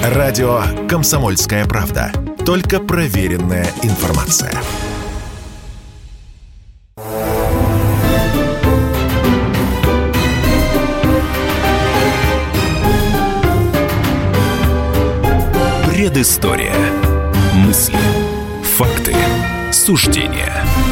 Радио «Комсомольская правда». Только проверенная информация. Предыстория. Мысли, факты, суждения.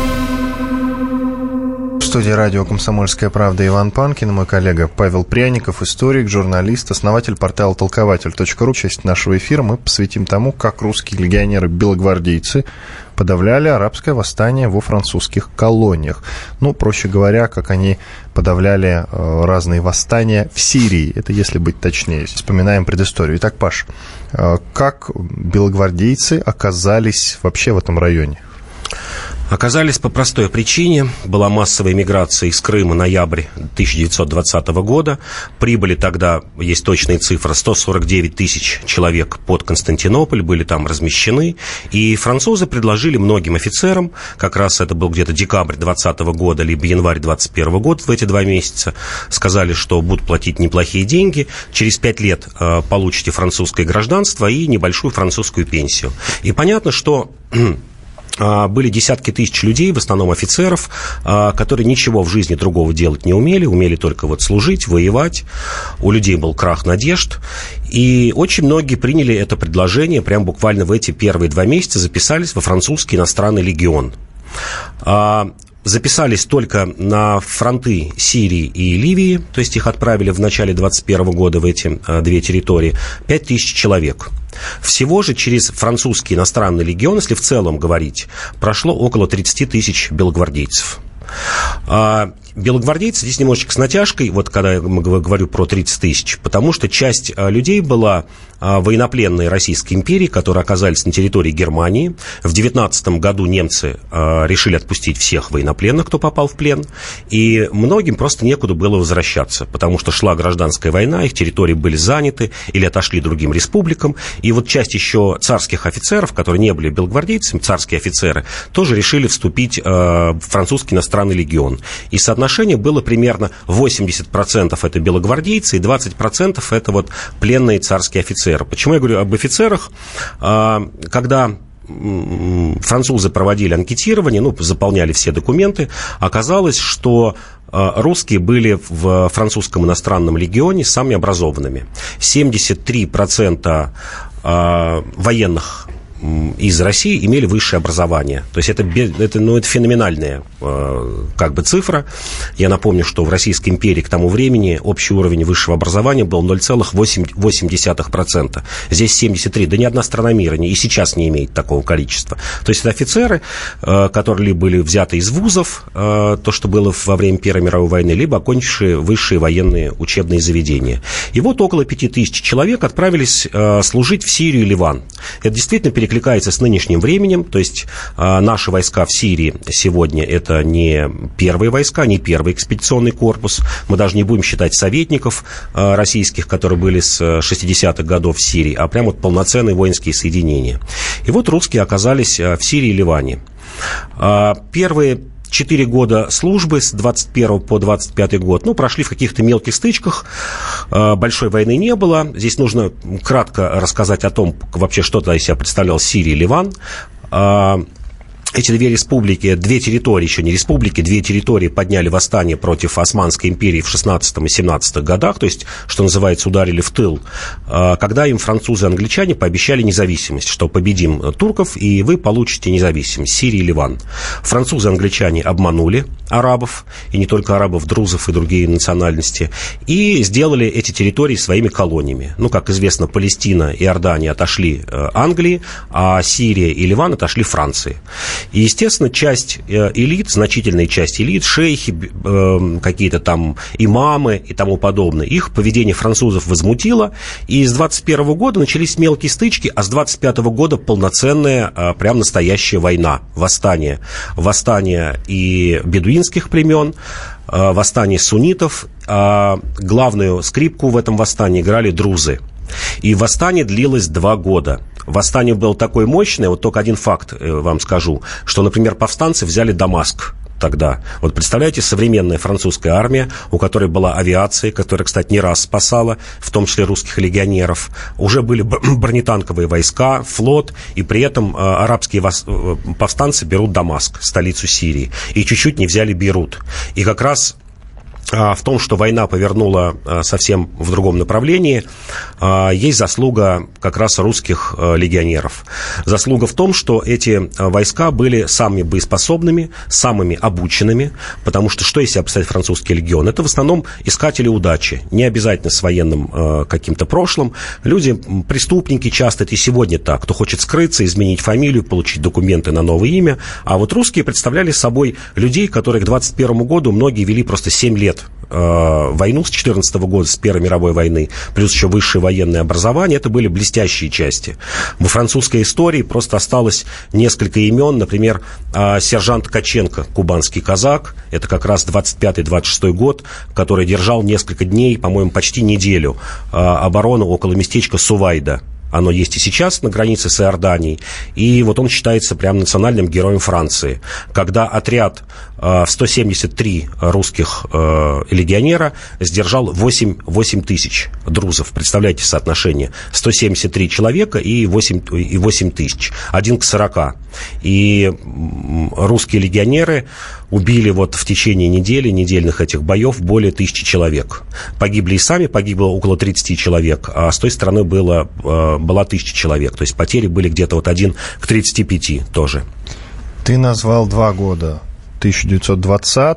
В студии радио «Комсомольская правда» Иван Панкин, мой коллега Павел Пряников, историк, журналист, основатель портала толкователь.ру. Часть нашего эфира мы посвятим тому, как русские легионеры-белогвардейцы подавляли арабское восстание во французских колониях. Ну, проще говоря, как они подавляли разные восстания в Сирии. Это если быть точнее. Вспоминаем предысторию. Итак, Паш, как белогвардейцы оказались вообще в этом районе? Оказались по простой причине. Была массовая миграция из Крыма, ноябрь 1920 года. Прибыли тогда, есть точные цифры, 149 тысяч человек под Константинополь, были там размещены. И французы предложили многим офицерам, как раз это был где-то декабрь 2020 года, либо январь 2021 года, в эти 2 месяца, сказали, что будут платить неплохие деньги. Через 5 лет получите французское гражданство и небольшую французскую пенсию. И понятно, что были десятки тысяч людей, в основном офицеров, которые ничего в жизни другого делать не умели только вот служить, воевать. У людей был крах надежд. И очень многие приняли это предложение, прям буквально в эти первые 2 месяца записались во французский иностранный легион. Записались только на фронты Сирии и Ливии, то есть их отправили в начале 2021 года в эти 2 территории, 5000 человек. Всего же через французский иностранный легион, если в целом говорить, прошло около 30 тысяч белогвардейцев. Белогвардейцы здесь немножечко с натяжкой, вот когда я говорю про 30 тысяч, потому что часть людей была военнопленные Российской империи, которые оказались на территории Германии. В 19 году немцы решили отпустить всех военнопленных, кто попал в плен, и многим просто некуда было возвращаться, потому что шла гражданская война, их территории были заняты или отошли другим республикам, и вот часть еще царских офицеров, которые не были белогвардейцами, царские офицеры, тоже решили вступить в французский иностранный легион. И соотношение было примерно 80% это белогвардейцы и 20% это вот пленные царские офицеры. Почему я говорю об офицерах? Когда французы проводили анкетирование, заполняли все документы, оказалось, что русские были в французском иностранном легионе самыми образованными. 73% военных из России имели высшее образование. То есть это феноменальная цифра. Я напомню, что в Российской империи к тому времени общий уровень высшего образования был 0,8%. Здесь 73%. Да ни одна страна мира и сейчас не имеет такого количества. То есть это офицеры, которые либо были взяты из вузов, то, что было во время Первой мировой войны, либо окончившие высшие военные учебные заведения. И вот около 5000 человек отправились служить в Сирию и Ливан. Это действительно перекликается с нынешним временем, то есть наши войска в Сирии сегодня это не первые войска, не первый экспедиционный корпус, мы даже не будем считать советников российских, которые были с 60-х годов в Сирии, а прям вот полноценные воинские соединения. И вот русские оказались в Сирии и Ливане. Первые 4 года службы с 21 по 25 год, прошли в каких-то мелких стычках, большой войны не было. Здесь нужно кратко рассказать о том, вообще, что тогда из себя представлял Сирия и Ливан. Эти 2 республики, 2 территории, еще не республики, 2 территории подняли восстание против Османской империи в 16 и 17 годах, то есть, что называется, ударили в тыл, когда им французы и англичане пообещали независимость, что победим турков, и вы получите независимость, Сирия и Ливан. Французы и англичане обманули арабов, и не только арабов, друзов и другие национальности, и сделали эти территории своими колониями. Как известно, Палестина и Иордания отошли Англии, а Сирия и Ливан отошли Франции. И, естественно, часть элит, значительная часть элит, шейхи, какие-то там имамы и тому подобное, их поведение французов возмутило, и с 21 года начались мелкие стычки, а с 25 года полноценная, прям настоящая война, восстание и бедуинских племен, восстание суннитов, главную скрипку в этом восстании играли друзы. И восстание длилось 2 года. Восстание было такое мощное, вот только один факт вам скажу, что, например, повстанцы взяли Дамаск. тогда. Вот представляете, современная французская армия, у которой была авиация, которая, кстати, не раз спасала, в том числе русских легионеров, уже были бронетанковые войска, флот, и при этом арабские повстанцы берут Дамаск, столицу Сирии, и чуть-чуть не взяли Бейрут. И как раз в том, что война повернула совсем в другом направлении, есть заслуга как раз русских легионеров. Заслуга в том, что эти войска были самыми боеспособными, самыми обученными, потому что из себя представляет французский легион? Это в основном искатели удачи, не обязательно с военным каким-то прошлым. Люди, преступники часто, это и сегодня так, кто хочет скрыться, изменить фамилию, получить документы на новое имя. А вот русские представляли собой людей, которые к 21 году многие вели просто 7 лет войну с 14 года, с Первой мировой войны, плюс еще высшее военное образование, это были блестящие части. Во французской истории просто осталось несколько имен, например, сержант Ткаченко, кубанский казак, это как раз 25-26 год, который держал несколько дней, по-моему, почти неделю оборону около местечка Сувайда. Оно есть и сейчас на границе с Иорданией. И вот он считается прям национальным героем Франции. Когда отряд в 173 русских легионера сдержал 8 тысяч друзов. Представляете соотношение? 173 человека и 8 тысяч. 1 к 40. И русские легионеры убили вот в течение недельных этих боев более 1000 человек. Погибли и сами, погибло около 30 человек, а с той стороны была 1000 человек. То есть потери были где-то вот 1 к 35 тоже. Ты назвал 2 года. 1920,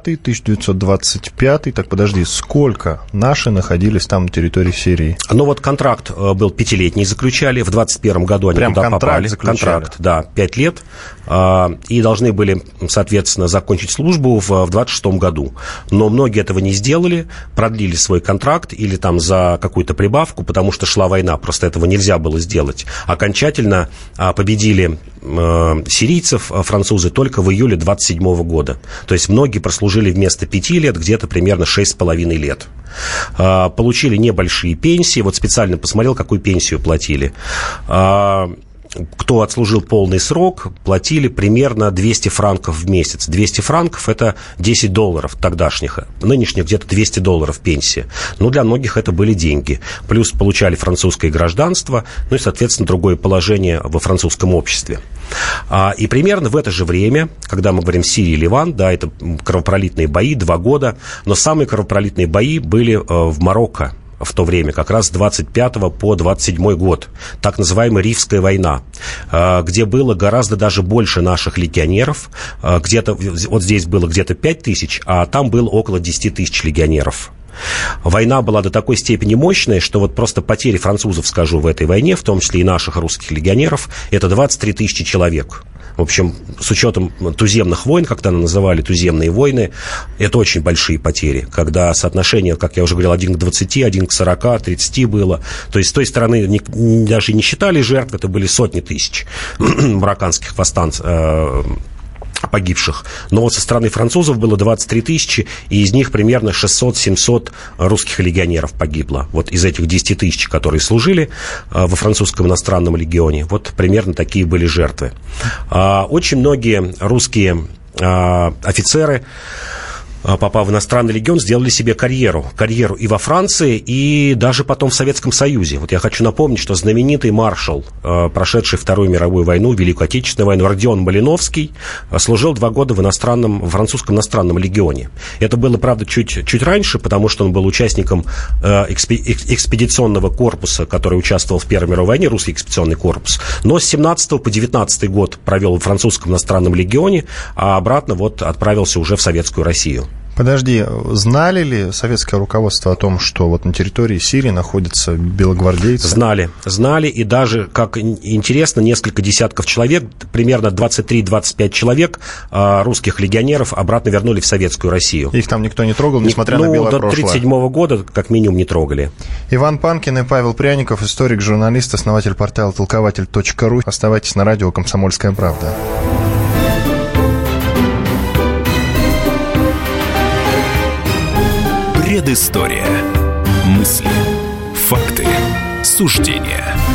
1925. Так, подожди, сколько наши находились там на территории Сирии? Ну, вот контракт был 5-летний, заключали. В 21 году они туда попали. Контракт, да, 5 лет. И должны были, соответственно, закончить службу в 26 году. Но многие этого не сделали, продлили свой контракт или там за какую-то прибавку, потому что шла война, просто этого нельзя было сделать. Окончательно победили сирийцев, французы, только в июле 27 года. То есть многие прослужили вместо 5 лет где-то примерно 6,5 лет. Получили небольшие пенсии. Вот специально посмотрел, какую пенсию платили. Кто отслужил полный срок, платили примерно 200 франков в месяц. 200 франков – это $10 тогдашних. Нынешних где-то $200 пенсия. Ну, для многих это были деньги. Плюс получали французское гражданство, ну и, соответственно, другое положение во французском обществе. И примерно в это же время, когда мы говорим Сирия и Ливан, да, это кровопролитные бои, 2 года, но самые кровопролитные бои были в Марокко. В то время, как раз с 25 по 27 год, так называемая Ривская война, где было гораздо даже больше наших легионеров, где-то, вот здесь было где-то 5000, а там было около 10 тысяч легионеров. Война была до такой степени мощная, что вот просто потери французов, скажу, в этой войне, в том числе и наших русских легионеров, это 23 тысячи человек. В общем, с учетом туземных войн, как тогда называли туземные войны, это очень большие потери, когда соотношение, как я уже говорил, 1 к 20, 1 к 40, 30 было. То есть с той стороны даже не считали жертв, это были сотни тысяч марокканских повстанцев, погибших. Но вот со стороны французов было 23 тысячи, и из них примерно 600-700 русских легионеров погибло. Вот из этих 10 тысяч, которые служили во французском иностранном легионе, вот примерно такие были жертвы. Очень многие русские офицеры, попав в иностранный легион, сделали себе карьеру и во Франции, и даже потом в Советском Союзе. Вот я хочу напомнить, что знаменитый маршал, прошедший Вторую мировую войну, Великую Отечественную войну, Родион Малиновский, служил 2 года в французском иностранном легионе. Это было, правда, чуть раньше, потому что он был участником экспедиционного корпуса, который участвовал в Первой мировой войне, русский экспедиционный корпус. Но с 17 по 19 год провел в французском иностранном легионе, а обратно вот отправился уже в Советскую Россию. Подожди, знали ли советское руководство о том, что вот на территории Сирии находятся белогвардейцы? Знали, и даже, как интересно, несколько десятков человек, примерно 23-25 человек русских легионеров обратно вернули в Советскую Россию. Их там никто не трогал, несмотря на белое прошлое? До 1937 года, как минимум, не трогали. Иван Панкин и Павел Пряников, историк, журналист, основатель портала толкователь.ру. Оставайтесь на радио «Комсомольская правда». Предыстория. Мысли, факты, суждения.